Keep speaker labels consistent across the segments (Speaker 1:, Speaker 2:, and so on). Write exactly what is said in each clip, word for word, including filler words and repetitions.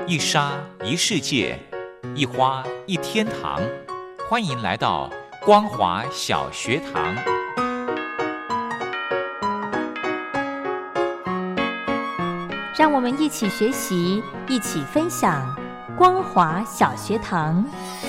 Speaker 1: 一沙一世界，一花一天堂。欢迎来到光华小学堂。
Speaker 2: 让我们一起学习，一起分享光华小学堂。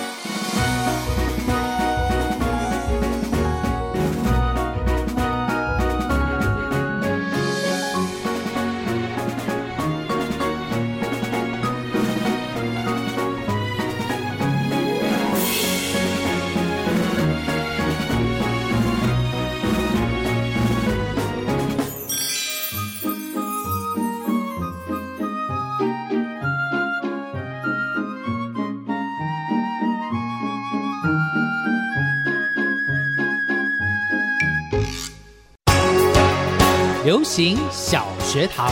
Speaker 3: 流行小学堂。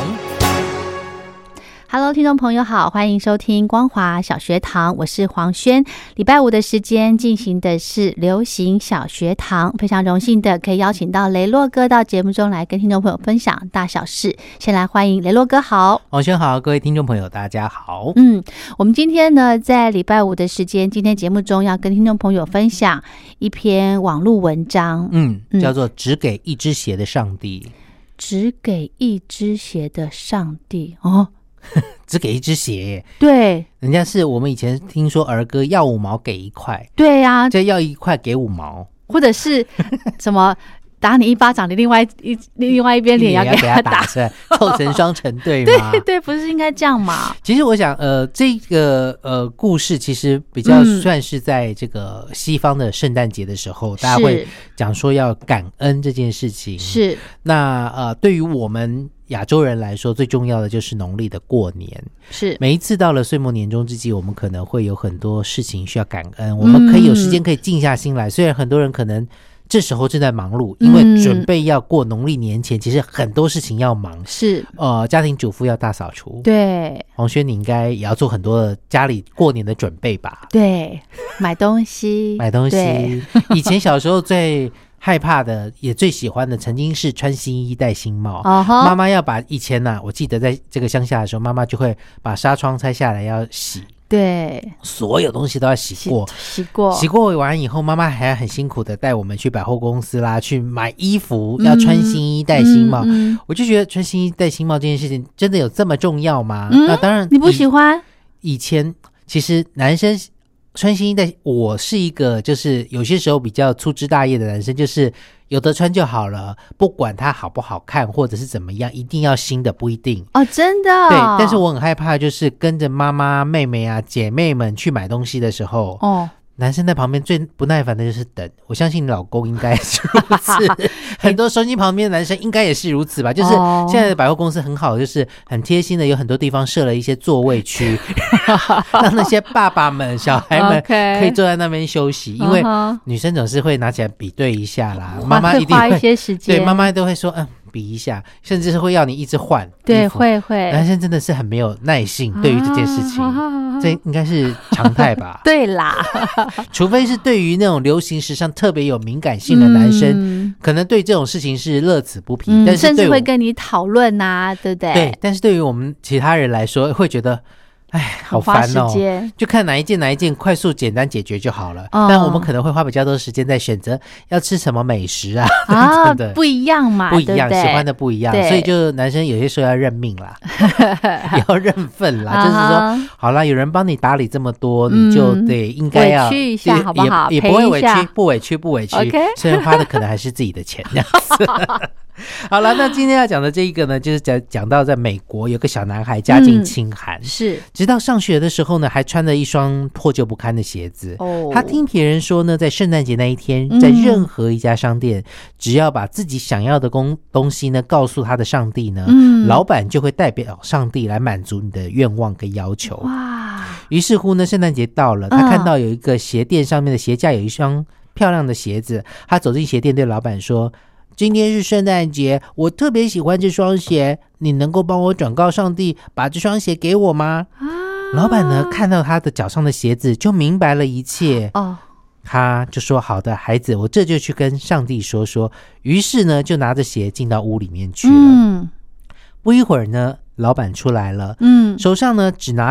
Speaker 2: Hello， 听众朋友好，欢迎收听光华小学堂，我是黄轩。礼拜五的时间进行的是流行小学堂，非常荣幸的可以邀请到雷洛哥到节目中来跟听众朋友分享大小事。先来欢迎雷洛哥好。
Speaker 3: 黄轩好，各位听众朋友大家好。
Speaker 2: 嗯，我们今天呢在礼拜五的时间，今天节目中要跟听众朋友分享一篇网络文章，
Speaker 3: 嗯，叫做只给一只鞋的上帝。
Speaker 2: 只给一只鞋的上帝哦，
Speaker 3: 只给一只鞋耶，
Speaker 2: 对，
Speaker 3: 人家是我们以前听说儿歌要五毛给一块，
Speaker 2: 对啊，
Speaker 3: 这要一块给五毛，
Speaker 2: 或者是什么打你一巴掌，你另外一另外一边脸要给他打，
Speaker 3: 是凑成双成对吗？
Speaker 2: 对对，不是应该这样吗？
Speaker 3: 其实我想，呃，这个呃故事其实比较算是在这个西方的圣诞节的时候，嗯、大家会讲说要感恩这件事情。
Speaker 2: 是，
Speaker 3: 那呃，对于我们亚洲人来说，最重要的就是农历的过年。
Speaker 2: 是，
Speaker 3: 每一次到了岁末年终之际，我们可能会有很多事情需要感恩，我们可以有时间可以静下心来。嗯、虽然很多人可能这时候正在忙碌，因为准备要过农历年前、嗯、其实很多事情要忙，
Speaker 2: 是
Speaker 3: 呃，家庭主妇要大扫除，
Speaker 2: 对，
Speaker 3: 黄轩你应该也要做很多的家里过年的准备吧？
Speaker 2: 对，买东西
Speaker 3: 买东西以前小时候最害怕的也最喜欢的曾经是穿新衣戴新帽、uh-huh. 妈妈要把以前啊我记得在这个乡下的时候，妈妈就会把纱窗拆下来要洗，对，所有东西都要洗过
Speaker 2: 洗过
Speaker 3: 洗过完以后，妈妈还很辛苦的带我们去百货公司啦，去买衣服，要穿新衣戴新帽、嗯嗯、我就觉得穿新衣戴新帽这件事情真的有这么重要吗？
Speaker 2: 嗯、
Speaker 3: 那当然
Speaker 2: 你不喜欢。
Speaker 3: 以前其实男生穿新衣戴，我是一个就是有些时候比较粗枝大叶的男生，就是有得穿就好了，不管它好不好看或者是怎么样，一定要新的不一定
Speaker 2: 哦，真的、哦、
Speaker 3: 对，但是我很害怕就是跟着妈妈妹妹啊姐妹们去买东西的时候哦，男生在旁边最不耐烦的就是等，我相信你老公应该是如此很多收音旁边的男生应该也是如此吧，就是现在的百货公司很好，就是很贴心的有很多地方设了一些座位区让那些爸爸们小孩们可以坐在那边休息、okay. 因为女生总是会拿起来比对一下啦，妈妈一定会
Speaker 2: 花一些时间，
Speaker 3: 对，妈妈都会说嗯比一下，甚至是会要你一直换，
Speaker 2: 对，会会
Speaker 3: 男生真的是很没有耐性对于这件事情、啊、这应该是常态吧
Speaker 2: 对啦
Speaker 3: 除非是对于那种流行时尚特别有敏感性的男生、嗯、可能对这种事情是乐此不疲、嗯、但是
Speaker 2: 甚至会跟你讨论啊，对不对？
Speaker 3: 对，但是对于我们其他人来说会觉得哎，好烦哦！就看哪一件哪一件快速简单解决就好了、哦、但我们可能会花比较多时间在选择要吃什么美食啊
Speaker 2: 啊
Speaker 3: 等等的，
Speaker 2: 不一样嘛，
Speaker 3: 不一样，
Speaker 2: 对对，
Speaker 3: 喜欢的不一样，所以就男生有些时候要认命啦也要认份啦就是说好啦，有人帮你打理这么多、嗯、你就得应该要
Speaker 2: 委屈一下好不好？
Speaker 3: 也, 也不会委屈，不委屈不委屈、
Speaker 2: okay?
Speaker 3: 虽然花的可能还是自己的钱这样子好了，那今天要讲的这一个呢，就是讲讲到在美国有个小男孩家境清寒、嗯、是直到上学的时候呢，还穿了一双破旧不堪的鞋子、哦、他听别人说呢，在圣诞节那一天、嗯、在任何一家商店，只要把自己想要的东西呢告诉他的上帝呢、嗯、老板就会代表上帝来满足你的愿望跟要求。哇！于是乎呢，圣诞节到了，他看到有一个鞋店上面的鞋架有一双漂亮的鞋子，他走进鞋店对老板说，今天是圣诞节，我特别喜欢这双鞋，你能够帮我转告上帝把这双鞋给我吗？啊、老板呢看到他的脚上的鞋子就明白了一切哦，他就说好的孩子，我这就去跟上帝说说。于是呢就拿着鞋进到屋里面去了、嗯、不一会儿呢老板出来了，嗯，手上呢只拿着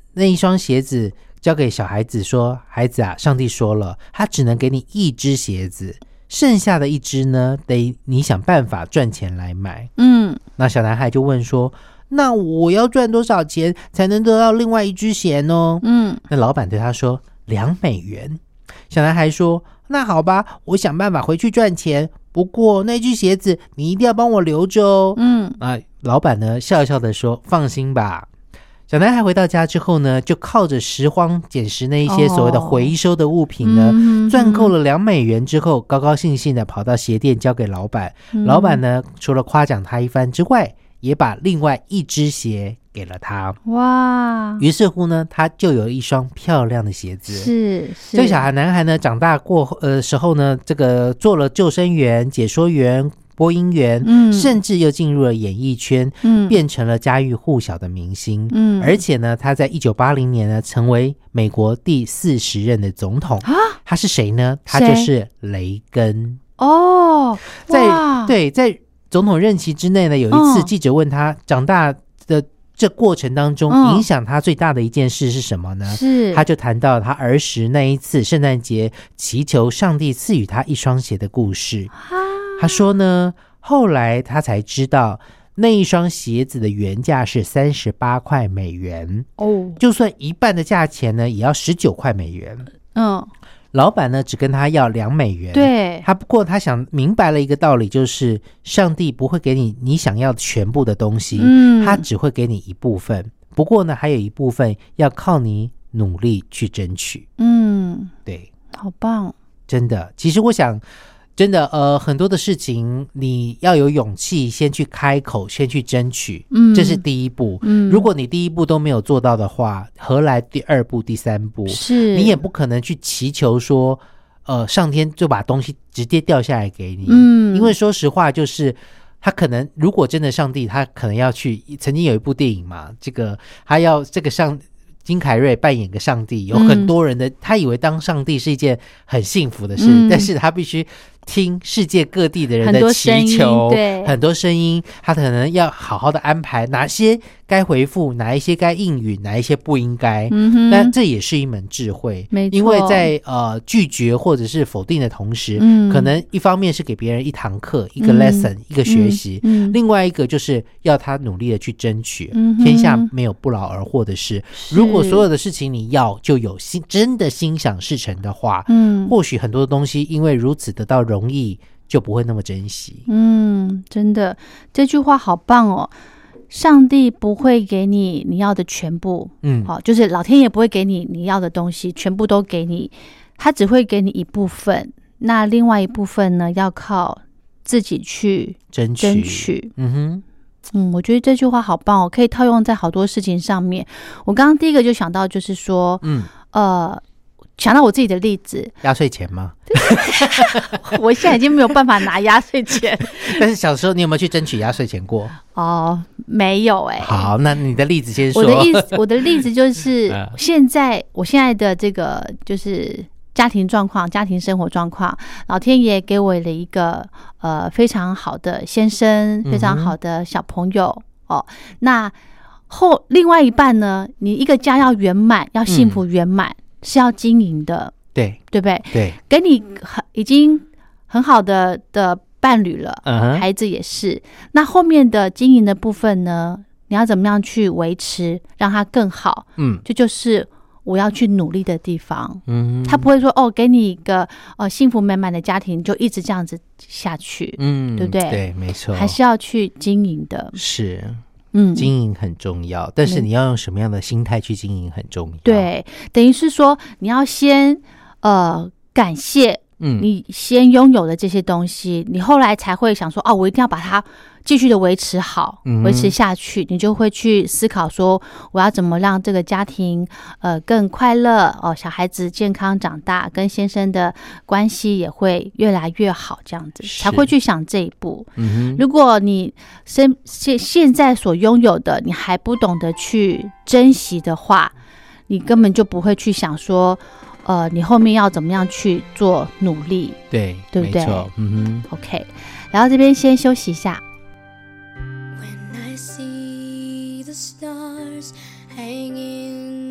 Speaker 3: 那一双鞋子交给小孩子说，孩子啊，上帝说了，他只能给你一只鞋子，剩下的一只呢，得你想办法赚钱来买。
Speaker 2: 嗯，
Speaker 3: 那小男孩就问说，那我要赚多少钱才能得到另外一只鞋呢？嗯，那老板对他说两美元。小男孩说，那好吧，我想办法回去赚钱，不过那只鞋子你一定要帮我留着哦。嗯，啊，老板呢笑笑的说，放心吧。小男孩回到家之后呢，就靠着拾荒捡拾那一些所谓的回收的物品呢，哦、赚够了两美元之后，高高兴兴的跑到鞋店交给老板。嗯、老板呢，除了夸奖他一番之外，也把另外一只鞋给了他。哇！于是乎呢，他就有一双漂亮的鞋子。是，是这个小孩男孩呢，长大过呃时候呢，这个做了救生员、解说员。播音员、嗯、甚至又进入了演艺圈、嗯、变成了家喻户晓的明星、嗯、而且呢他在一九八零年呢成为美国第四十任的总统、啊、他是谁呢？他就是雷根哦。在对在总统任期之内呢，有一次记者问他、嗯、长大的这过程当中、嗯、影响他最大的一件事是什么呢？是他就谈到他儿时那一次圣诞节祈求上帝赐予他一双鞋的故事。啊他说呢，后来他才知道那一双鞋子的原价是三十八块美元哦，就算一半的价钱呢，也要十九块美元。嗯，老板呢只跟他要两美元。对，他不过他想明白了一个道理，就是上帝不会给你你想要全部的东西，嗯，他只会给你一部分。不过呢，还有一部分要靠你努力去争取。嗯，对，
Speaker 2: 好棒，
Speaker 3: 真的。其实我想。真的呃，很多的事情你要有勇气先去开口，先去争取，嗯，这是第一步。嗯，如果你第一步都没有做到的话，何来第二步、第三步？是你也不可能去祈求说，呃，上天就把东西直接掉下来给你。嗯，因为说实话，就是他可能如果真的上帝，他可能要去。曾经有一部电影嘛，这个他要这个上。金凯瑞扮演个上帝，有很多人的、嗯、他以为当上帝是一件很幸福的事、嗯、但是他必须听世界各地的人的祈求，对，很多声音，他可能要好好的安排哪些该回复，哪一些该应允，哪一些不应该。嗯哼，但这也是一门智慧，没错，因为在呃拒绝或者是否定的同时、嗯、可能一方面是给别人一堂课，一个 lesson、嗯、一个学习、嗯嗯、另外一个就是要他努力的去争取、嗯、天下没有不劳而获的事。如果所有的事情你要就有心真的心想事成的话，嗯，或许很多东西因为如此得到容易就不会那么珍惜。
Speaker 2: 嗯，真的，这句话好棒哦。上帝不会给你你要的全部，嗯，好，就是老天爷不会给你你要的东西全部都给你，他只会给你一部分，那另外一部分呢，要靠自己去争取。争取嗯哼，嗯，我觉得这句话好棒哦，可以套用在好多事情上面。我刚刚第一个就想到，就是说，嗯，呃。想到我自己的例子，
Speaker 3: 压岁钱吗？
Speaker 2: 我现在已经没有办法拿压岁钱。
Speaker 3: 但是小时候你有没有去争取压岁钱过？
Speaker 2: 哦，没有哎、欸。
Speaker 3: 好，那你的例子先说。
Speaker 2: 我的意思，我的例子就是现在，我现在的这个就是家庭状况、家庭生活状况，老天爷给我了一个呃非常好的先生，非常好的小朋友、嗯、哦。那后另外一半呢，你一个家要圆满，要幸福圆满。嗯，是要经营的，对对不对？对，给你很已经很好的的伴侣了，uh-huh. 孩子也是。那后面的经营的部分呢，你要怎么样去维持，让它更好？嗯，这就是我要去努力的地方。嗯，他不会说哦，给你一个呃幸福美满的家庭就一直这样子下去，嗯，对不对？
Speaker 3: 对，没错，
Speaker 2: 还是要去经营的。
Speaker 3: 是。嗯，经营很重要，但是你要用什么样的心态去经营很重要。
Speaker 2: 对，等于是说你要先呃感谢，嗯，你先拥有的这些东西，你后来才会想说，哦，我一定要把它继续的维持好，嗯、维持下去，你就会去思考说，我要怎么让这个家庭呃更快乐哦，小孩子健康长大，跟先生的关系也会越来越好，这样子才会去想这一步。嗯、如果你现现在所拥有的你还不懂得去珍惜的话，你根本就不会去想说，呃，你后面要怎么样去做努力，
Speaker 3: 对，
Speaker 2: 对不对？
Speaker 3: 没错，嗯
Speaker 2: 哼 ，OK， 然后这边先休息一下。
Speaker 4: When I see the stars hanging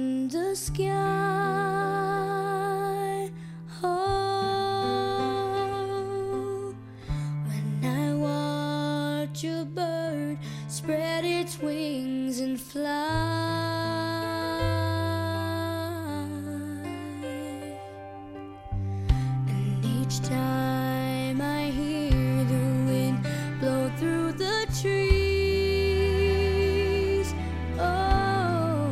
Speaker 4: the sky. Oh, when I watch a bird spread its wings and fly, and each time I hear the wind blow through the trees, oh,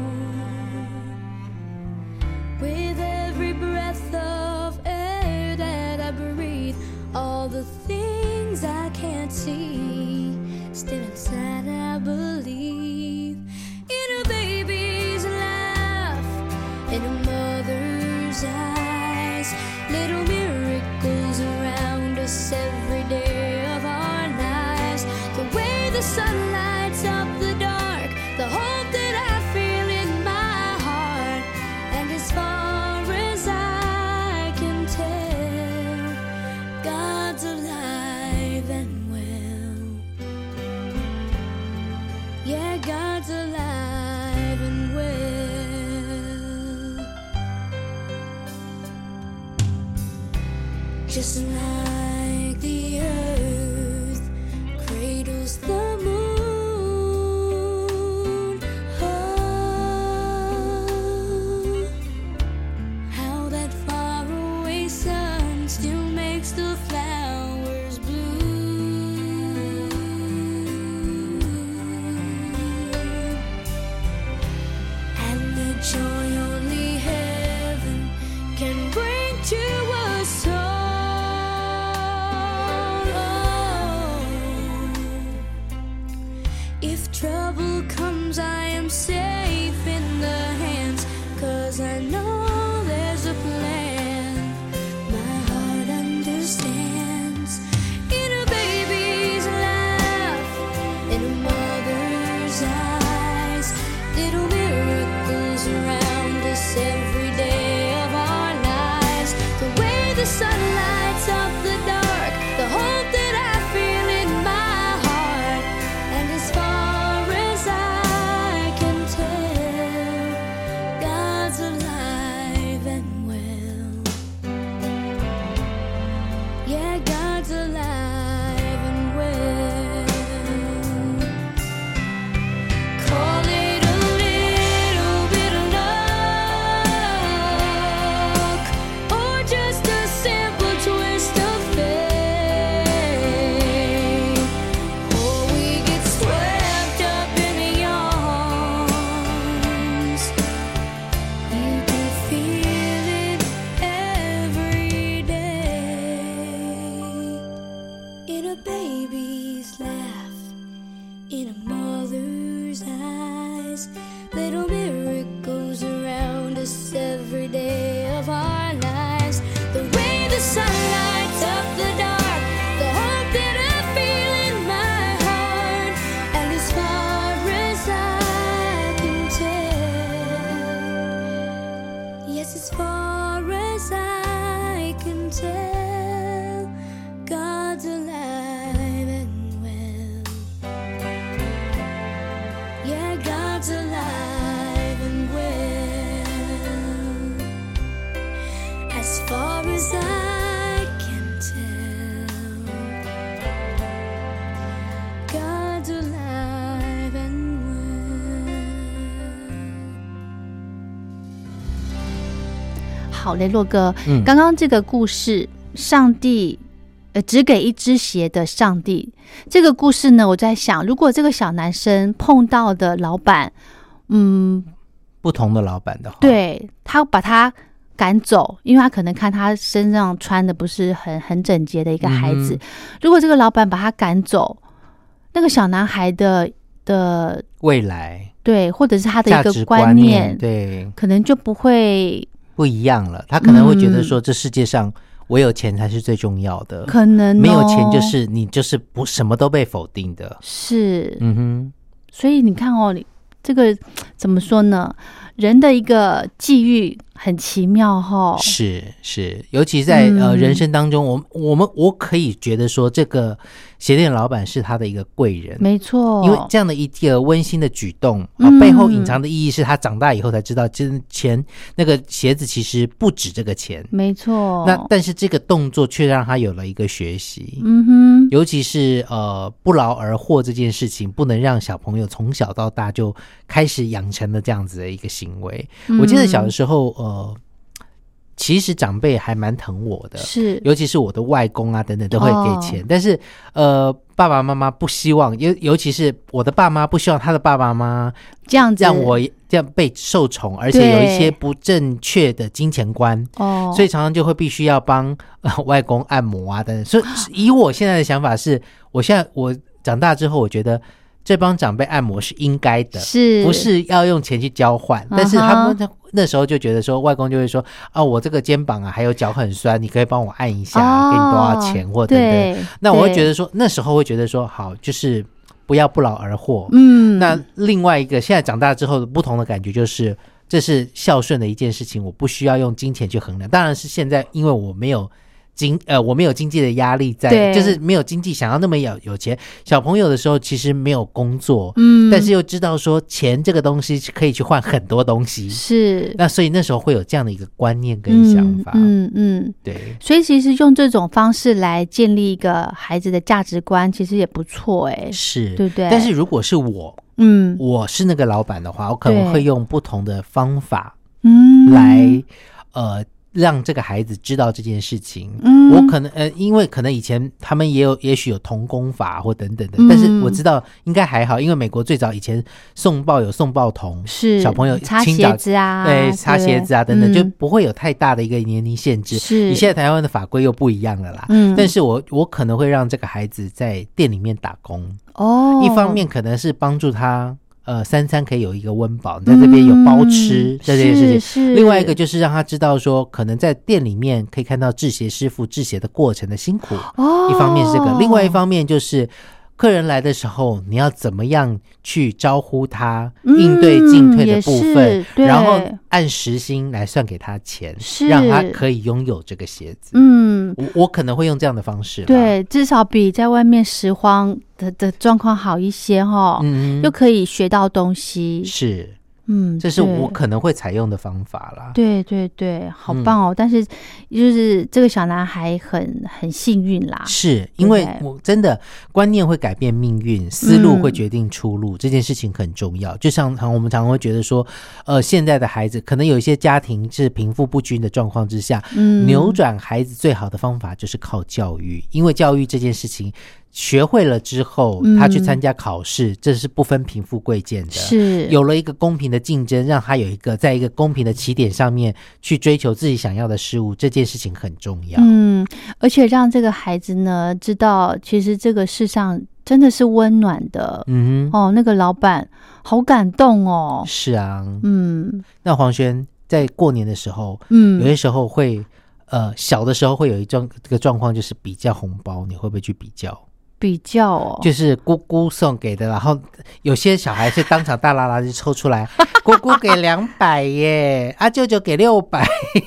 Speaker 4: with every breath of air that I breathe, all the things I can't see, still inside I believe in a baby's laugh, in a mother's eyes, little miracles around us every day of our lives. The way the sun lights up the dark, the hope that I feel in my heart, and as far as I can tell, God's alive and well. Yeah, God's alive and well. Just like the earth cradles the moon, oh, how that faraway sun still makes the flowers bloom, and the joy only heaven can bring to us all. If trouble comes, I am safe in the hands, 'cause I know there's a plan my heart understands. In a baby's laugh, in a mother's eyes, little miracles around us every day of our lives. The way the sun lights up the dark, the hope that I feel in my heart, and as far as I can tell, God's alive and well. Yeah, God's alive and well. Call it a little bit of luck, or just a simple twist of fate, or we get swept up in the arms. You can feel it every day. In a baby's laugh, in a mother's eyes, little miracles around us every day of our lives. The way the sun lights up the dark, the hope that I feel in my heart, and as far as I can tell, yes, as far as I can tell, God's alive and well. Yeah, God's alive and well. As far as I can tell, God's alive and well.
Speaker 2: 好，雷洛哥，
Speaker 3: 嗯
Speaker 2: 刚刚这个故事，上帝呃只给一只鞋的上帝，这个故事呢，我在想，如果这个小男生碰到的老板，嗯，
Speaker 3: 不同的老板的话，
Speaker 2: 对，他把他赶走，因为他可能看他身上穿的不是很很整洁的一个孩子，
Speaker 3: 嗯
Speaker 2: 如果这个老板把他赶走，那个小男孩的的
Speaker 3: 未来
Speaker 2: 对，或者是他的
Speaker 3: 价值
Speaker 2: 一个观
Speaker 3: 观
Speaker 2: 念，
Speaker 3: 念对
Speaker 2: 可能就不会
Speaker 3: 不一样了。他可能会觉得
Speaker 2: 嗯
Speaker 3: 说，这世界上我有钱才是最重要的，
Speaker 2: 可能、哦、
Speaker 3: 没有钱就是你就是不什么都被否定的。
Speaker 2: 是，
Speaker 3: 嗯哼，
Speaker 2: 所以你看哦，你这个怎么说呢？人的一个际遇很奇妙哦。
Speaker 3: 是是，尤其在、嗯、呃人生当中，我我们我可以觉得说，这个鞋店老板是他的一个贵人，
Speaker 2: 没错。
Speaker 3: 因为这样的一个温馨的举动，嗯哦、背后隐藏的意义是他长大以后才知道，真钱那个鞋子其实不止这个钱，
Speaker 2: 没错。
Speaker 3: 那但是这个动作却让他有了一个学习，
Speaker 2: 嗯哼，
Speaker 3: 尤其是呃不劳而获这件事情，不能让小朋友从小到大就开始养成了这样子的一个行为。嗯、我记得小的时候，呃。其实长辈还蛮疼我的，
Speaker 2: 是，
Speaker 3: 尤其是我的外公啊等等都会给钱，哦、但是呃爸爸妈妈不希望，尤尤其是我的爸妈不希望他的爸爸妈妈
Speaker 2: 这样子
Speaker 3: 让我这样被受宠，而且有一些不正确的金钱观，哦，所以常常就会必须要帮、呃、外公按摩啊等等。所以以我现在的想法是，我现在我长大之后，我觉得。这帮长辈按摩是应该的，
Speaker 2: 是
Speaker 3: 不是要用钱去交换？ uh-huh. 但是他们那时候就觉得说，外公就会说啊，我这个肩膀啊还有脚很酸，你可以帮我按一下、哦、给你多少钱或等等。那我会觉得说，那时候会觉得说，好，就是不要不劳而获。嗯，那另外一个现在长大之后不同的感觉就是，这是孝顺的一件事情，我不需要用金钱去衡量。当然是现在因为我没有经呃，我没有经济的压力在，就是没有经济想要那么有有钱。小朋友的时候其实没有工作，嗯，但是又知道说钱这个东西可以去换很多东西，
Speaker 2: 是。
Speaker 3: 那所以那时候会有这样的一个观念跟想法，
Speaker 2: 嗯 嗯, 嗯，对。所以其实用这种方式来建立一个孩子的价值观，其实也不错哎、欸，
Speaker 3: 是，
Speaker 2: 对不对？
Speaker 3: 但是如果是我，嗯，我是那个老板的话，我可能会用不同的方法，嗯，来呃。让这个孩子知道这件事情，嗯，我可能呃，因为可能以前他们也有，也许有童工法或等等的、嗯，但是我知道应该还好，因为美国最早以前送报有送报童，是小朋友
Speaker 2: 擦鞋子啊，
Speaker 3: 对，擦鞋子啊等等、嗯，就不会有太大的一个年龄限制。是，你现在台湾的法规又不一样了啦，嗯，但是我我可能会让这个孩子在店里面打工，哦，一方面可能是帮助他。呃，三餐可以有一个温饱，在这边有包吃、嗯、这件事情。另外一个就是让他知道说，可能在店里面可以看到制鞋师傅制鞋的过程的辛苦。哦，一方面是这个，另外一方面就是客人来的时候，你要怎么样去招呼他，嗯、应对进退的部分，然后按时薪来算给他钱，让他可以拥有这个鞋子。嗯，我我可能会用这样的方式。
Speaker 2: 对，至少比在外面拾荒的的状况好一些齁，嗯，又可以学到东西。
Speaker 3: 是。嗯，这是我可能会采用的方法啦。
Speaker 2: 对对对，好棒哦！嗯、但是就是这个小男孩很很幸运啦，
Speaker 3: 是因为我真的观念会改变命运，思路会决定出路，嗯、这件事情很重要。就像我们常常会觉得说，呃，现在的孩子可能有一些家庭是贫富不均的状况之下，嗯，扭转孩子最好的方法就是靠教育，因为教育这件事情。学会了之后他去参加考试、嗯、这是不分贫富贵贱的，是有了一个公平的竞争，让他有一个在一个公平的起点上面去追求自己想要的事物，这件事情很重要。
Speaker 2: 嗯，而且让这个孩子呢知道其实这个世上真的是温暖的。嗯哦，那个老板好感动哦。
Speaker 3: 是啊，嗯，那黄轩在过年的时候，嗯，有些时候会呃小的时候会有一种这个状况，就是比较红包，你会不会去比较？
Speaker 2: 比较哦，
Speaker 3: 就是姑姑送给的，然后有些小孩是当场大拉拉就抽出来，姑姑给两百耶，啊舅舅给六百，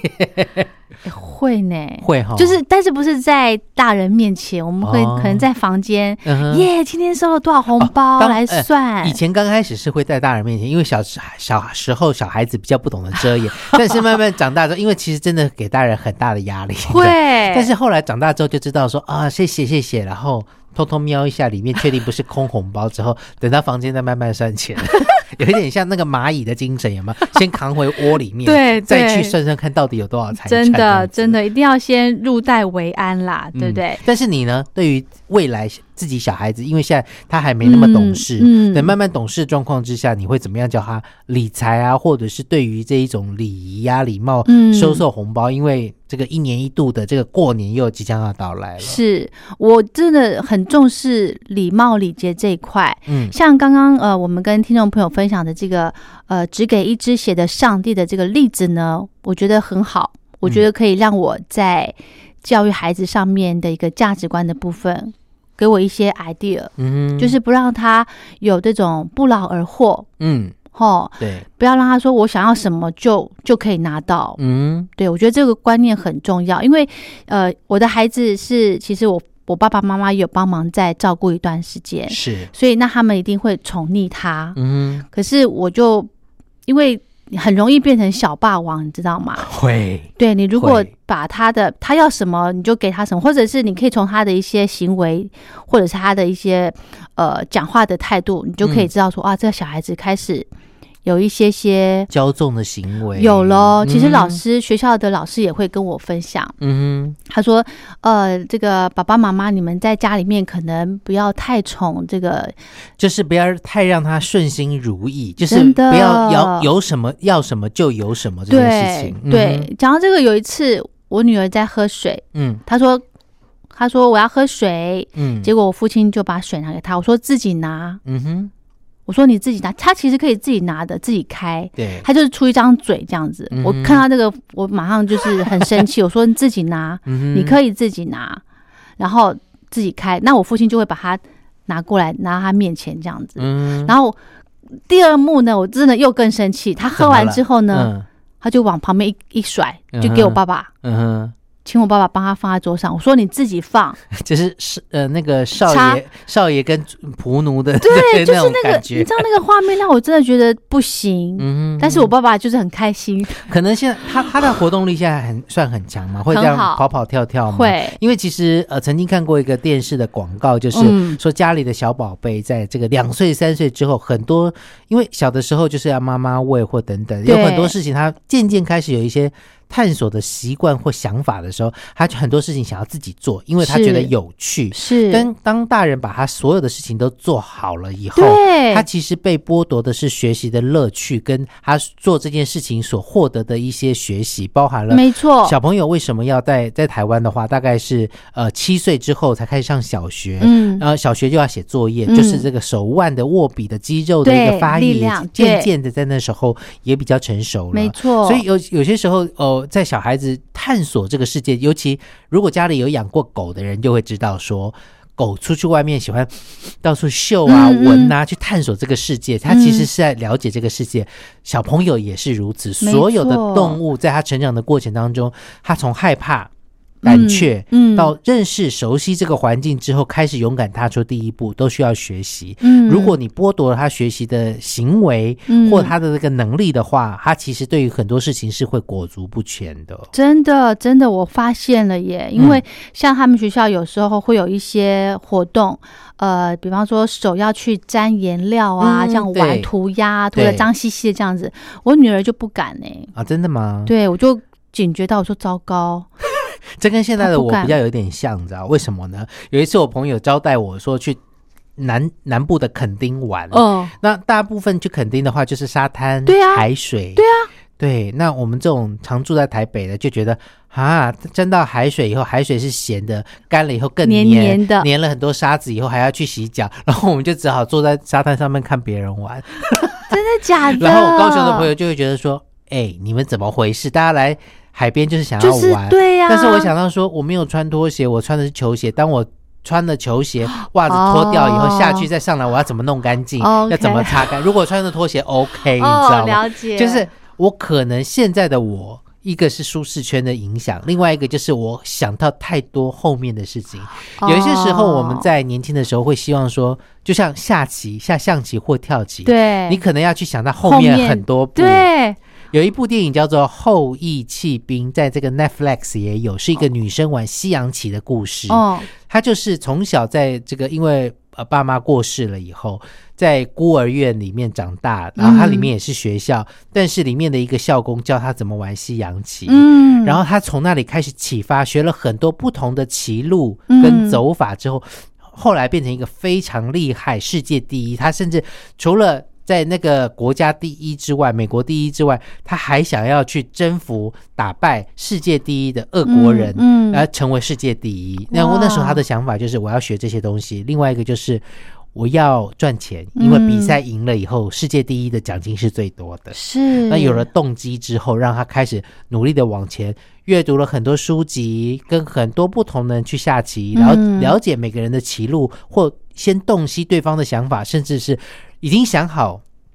Speaker 2: 会呢，
Speaker 3: 会哈，
Speaker 2: 就是但是不是在大人面前，我们会可能在房间，耶、哦，yeah, 今天收了多少红包、哦、来算、
Speaker 3: 呃。以前刚开始是会在大人面前，因为小小时候小孩子比较不懂得遮掩，但是慢慢长大之后，因为其实真的给大人很大的压力，
Speaker 2: 会，
Speaker 3: 但是后来长大之后就知道说啊，谢谢谢谢，然后。偷偷瞄一下里面，确定不是空红包之后，等到房间再慢慢算钱，有一点像那个蚂蚁的精神，有没有？先扛回窝里面，对，再去算算看到底有多少财产。
Speaker 2: 真的，真的一定要先入袋为安啦，对不对？嗯、
Speaker 3: 但是你呢？对于未来自己小孩子，因为现在他还没那么懂事，嗯，等慢慢懂事的状况之下，你会怎么样教他理财啊，或者是对于这一种礼仪啊、礼貌、嗯、收受红包？因为这个一年一度的这个过年又即将要到来了。
Speaker 2: 是我真的很重视礼貌礼节这一块。嗯，像刚刚呃我们跟听众朋友分享的这个呃只给一只鞋的上帝的这个例子呢，我觉得很好，我觉得可以让我在教育孩子上面的一个价值观的部分。给我一些 idea， 嗯，就是不让他有这种不劳而获，嗯， 哦，
Speaker 3: 对，
Speaker 2: 不要让他说我想要什么就就可以拿到。嗯，对，我觉得这个观念很重要，因为呃，我的孩子是其实我我爸爸妈妈也有帮忙在照顾一段时间，
Speaker 3: 是，
Speaker 2: 所以那他们一定会宠溺他。
Speaker 3: 嗯，
Speaker 2: 可是我就因为很容易变成小霸王，你知道吗？
Speaker 3: 会，
Speaker 2: 对，你如果把他的他要什么你就给他什么，或者是你可以从他的一些行为，或者是他的一些呃讲话的态度，你就可以知道说、嗯、啊，这个小孩子开始有一些些
Speaker 3: 骄纵的行为，
Speaker 2: 有咯。其实老师、嗯、学校的老师也会跟我分享，嗯哼，他说呃这个爸爸妈妈你们在家里面可能不要太宠这个，
Speaker 3: 就是不要太让他顺心如意，就是不要要有什么要什么就有什么这件事情。
Speaker 2: 对，对，讲、嗯、到这个，有一次我女儿在喝水，嗯，她说她说我要喝水，嗯，结果我父亲就把水拿给她，我说自己拿，嗯哼。我说你自己拿，他其实可以自己拿的，自己开。
Speaker 3: 对，
Speaker 2: 他就是出一张嘴这样子。嗯、我看到那个，我马上就是很生气。我说你自己拿、嗯，你可以自己拿，然后自己开。那我父亲就会把它拿过来，拿到他面前这样子。嗯、然后第二幕呢，我真的又更生气。他喝完之后呢，嗯、他就往旁边一一甩，就给我爸爸。嗯哼。请我爸爸帮他放在桌上，我说你自己放，
Speaker 3: 就是呃那个少爷少爷跟仆奴的
Speaker 2: 对，就是那个你知道那个画面让我真的觉得不行，嗯，但是我爸爸就是很开心。
Speaker 3: 可能现在他他的活动力现在很算很强嘛，会这样跑跑跳跳吗？
Speaker 2: 会，
Speaker 3: 因为其实呃曾经看过一个电视的广告，就是说家里的小宝贝在这个两岁三岁之后，很多因为小的时候就是要妈妈喂或等等，有很多事情他渐渐开始有一些探索的习惯或想法的时候，他很多事情想要自己做，因为他觉得有趣。
Speaker 2: 是，
Speaker 3: 但当大人把他所有的事情都做好了以后，他其实被剥夺的是学习的乐趣，跟他做这件事情所获得的一些学习，包含了
Speaker 2: 没错。
Speaker 3: 小朋友为什么要在在台湾的话，大概是呃七岁之后才开始上小学，嗯，呃小学就要写作业，嗯、就是这个手腕的握笔的肌肉的一个发育，渐渐的在那时候也比较成熟了。
Speaker 2: 没错，
Speaker 3: 所以有有些时候哦。呃在小孩子探索这个世界，尤其如果家里有养过狗的人就会知道说，狗出去外面喜欢到处嗅啊、嗯、闻啊，去探索这个世界，它其实是在了解这个世界。嗯、小朋友也是如此，所有的动物在他成长的过程当中，他从害怕胆怯、嗯嗯、到认识熟悉这个环境之后，开始勇敢踏出第一步，都需要学习、嗯、如果你剥夺了他学习的行为、嗯、或他的这个能力的话，他其实对于很多事情是会裹足不前的。
Speaker 2: 真的真的我发现了耶，因为像他们学校有时候会有一些活动，呃，比方说手要去沾颜料啊、嗯、像玩涂鸦涂得脏兮兮的这样子，我女儿就不敢耶。
Speaker 3: 啊，真的吗？
Speaker 2: 对，我就警觉到，我说糟糕，
Speaker 3: 这跟现在的我比较有点像，你知道为什么呢？有一次我朋友招待我说去南南部的垦丁玩，哦，那大部分去垦丁的话就是沙滩、对啊、海水，
Speaker 2: 对啊，
Speaker 3: 对。那我们这种常住在台北的就觉得啊，沾到海水以后，海水是咸的，干了以后更黏，
Speaker 2: 黏黏的，
Speaker 3: 黏了很多沙子以后还要去洗脚，然后我们就只好坐在沙滩上面看别人玩。
Speaker 2: 真的假的？
Speaker 3: 然后我高雄的朋友就会觉得说，哎、欸，你们怎么回事？大家来海边就是想要玩，就是
Speaker 2: 对呀、啊。
Speaker 3: 但是我想到说，我没有穿拖鞋，我穿的是球鞋。当我穿了球鞋，袜子脱掉以后、哦、下去再上来，我要怎么弄干净？哦、要怎么擦干？如果穿着拖鞋 OK， 你知道吗？
Speaker 2: 哦、了解。
Speaker 3: 就是我可能现在的我，一个是舒适圈的影响，另外一个就是我想到太多后面的事情。哦、有一些时候我们在年轻的时候会希望说，就像下棋、下象棋或跳棋，
Speaker 2: 对，
Speaker 3: 你可能要去想到后面很多步，
Speaker 2: 对。
Speaker 3: 有一部电影叫做《后羿弃兵》，在这个 Netflix 也有，是一个女生玩西洋棋的故事。哦，她就是从小在这个因为呃爸妈过世了以后，在孤儿院里面长大，然后她里面也是学校，嗯、但是里面的一个校工教她怎么玩西洋棋。嗯，然后她从那里开始启发，学了很多不同的棋路跟走法之后，嗯、后来变成一个非常厉害、世界第一。她甚至除了在那个国家第一之外，美国第一之外，他还想要去征服打败世界第一的俄国人，嗯，而、嗯、成为世界第一。那那时候他的想法就是我要学这些东西，另外一个就是我要赚钱，因为比赛赢了以后、嗯、世界第一的奖金是最多的。
Speaker 2: 是，
Speaker 3: 那有了动机之后，让他开始努力的往前，阅读了很多书籍，跟很多不同的人去下棋，然后了解每个人的棋路，或先洞悉对方的想法，甚至是已经想好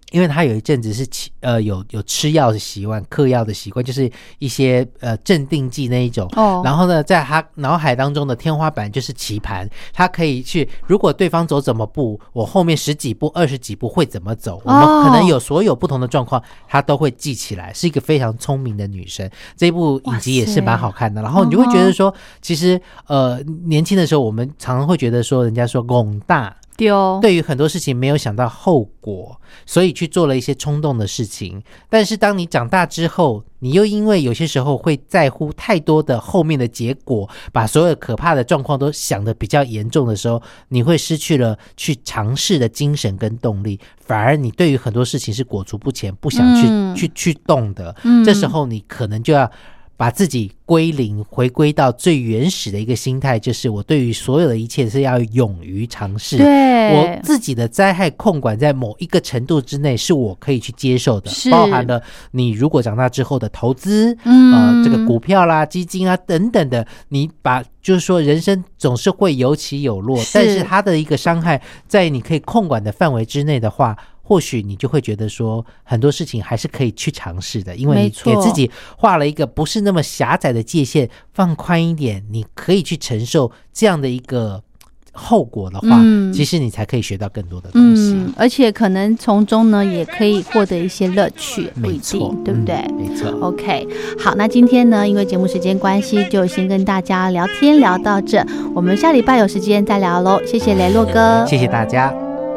Speaker 3: 因为他有一阵子是呃有有吃药的习惯，嗑药的习惯，就是一些呃镇定剂那一种。哦。然后呢，在他脑海当中的天花板就是棋盘，他可以去，如果对方走怎么步，我后面十几步、二十几步会怎么走？我们可能有所有不同的状况，他都会记起来，是一个非常聪明的女生。这一部影集也是蛮好看的。然后你就会觉得说，其实呃年轻的时候，我们常常会觉得说，人家说拱大。对于很多事情没有想到后果，所以去做了一些冲动的事情。但是当你长大之后，你又因为有些时候会在乎太多的后面的结果，把所有可怕的状况都想得比较严重的时候，你会失去了去尝试的精神跟动力，反而你对于很多事情是裹足不前，不想去、嗯、去去动的、嗯、这时候你可能就要把自己归零，回归到最原始的一个心态，就是我对于所有的一切是要勇于尝试。对，我自己的灾害控管在某一个程度之内是我可以去接受的，包含了你如果长大之后的投资、嗯呃、这个股票啦、基金啊等等的，你把就是说人生总是会有起有落，是但是它的一个伤害在你可以控管的范围之内的话，或许你就会觉得说很多事情还是可以去尝试的，因为你给自己画了一个不是那么狭窄的界限，放宽一点，你可以去承受这样的一个后果的话、嗯、其实你才可以学到更多的东西、嗯、
Speaker 2: 而且可能从中呢也可以获得一些乐趣，不一定，对不对、嗯、
Speaker 3: 没错。
Speaker 2: OK， 好，那今天呢因为节目时间关系就先跟大家聊天聊到这，我们下礼拜有时间再聊咯。谢谢雷洛哥，
Speaker 3: 谢谢大家。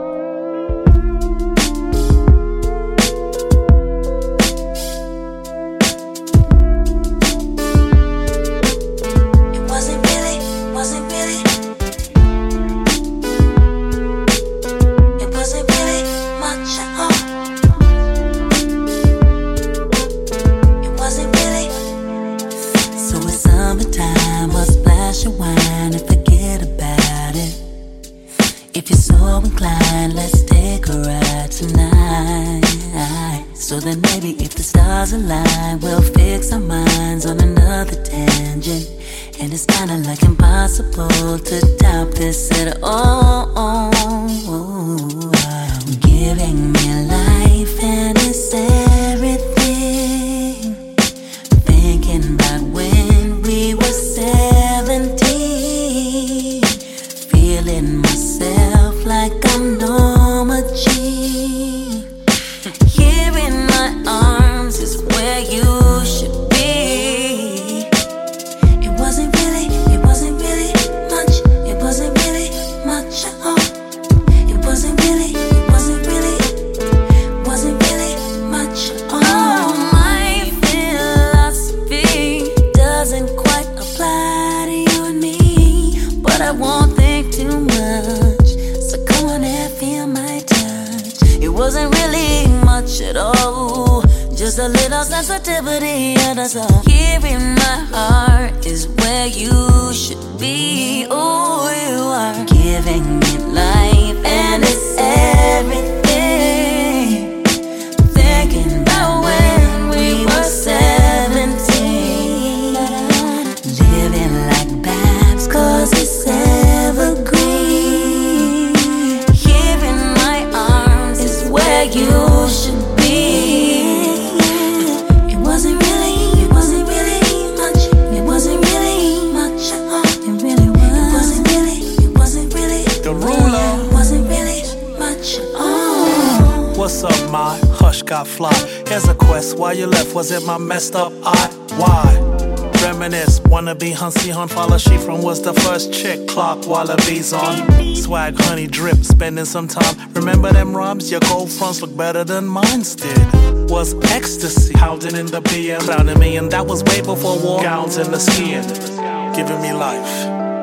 Speaker 5: Was it my messed up eye? Why? Reminisce, wanna be Hansi Han Fala Shifron was the first chick, clock wallabies on. Swag, honey, drip, spending some time. Remember them rhymes? Your gold fronts look better than mine did. Was ecstasy, howling in the B M, crowning me, and that was way before war gowns and the skiing. Giving me life.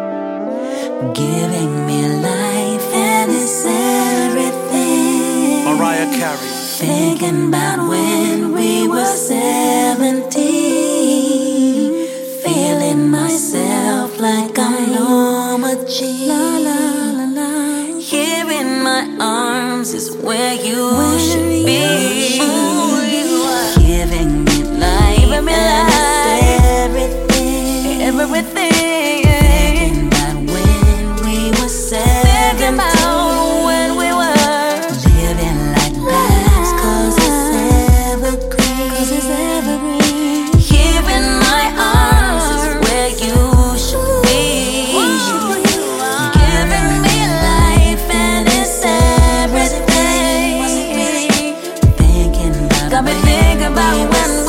Speaker 6: Giving me life, and it's everything.
Speaker 5: Mariah Carey.
Speaker 6: Thinking about when we were seventeen, feeling myself like I'm Norma Jean. La, la, la, la. Here in my arms is where you where should be. You giving me life, giving me life. Everything, everything. Thinking about when we were seventeen. Thinking about when we were living like lives. got me thinking about when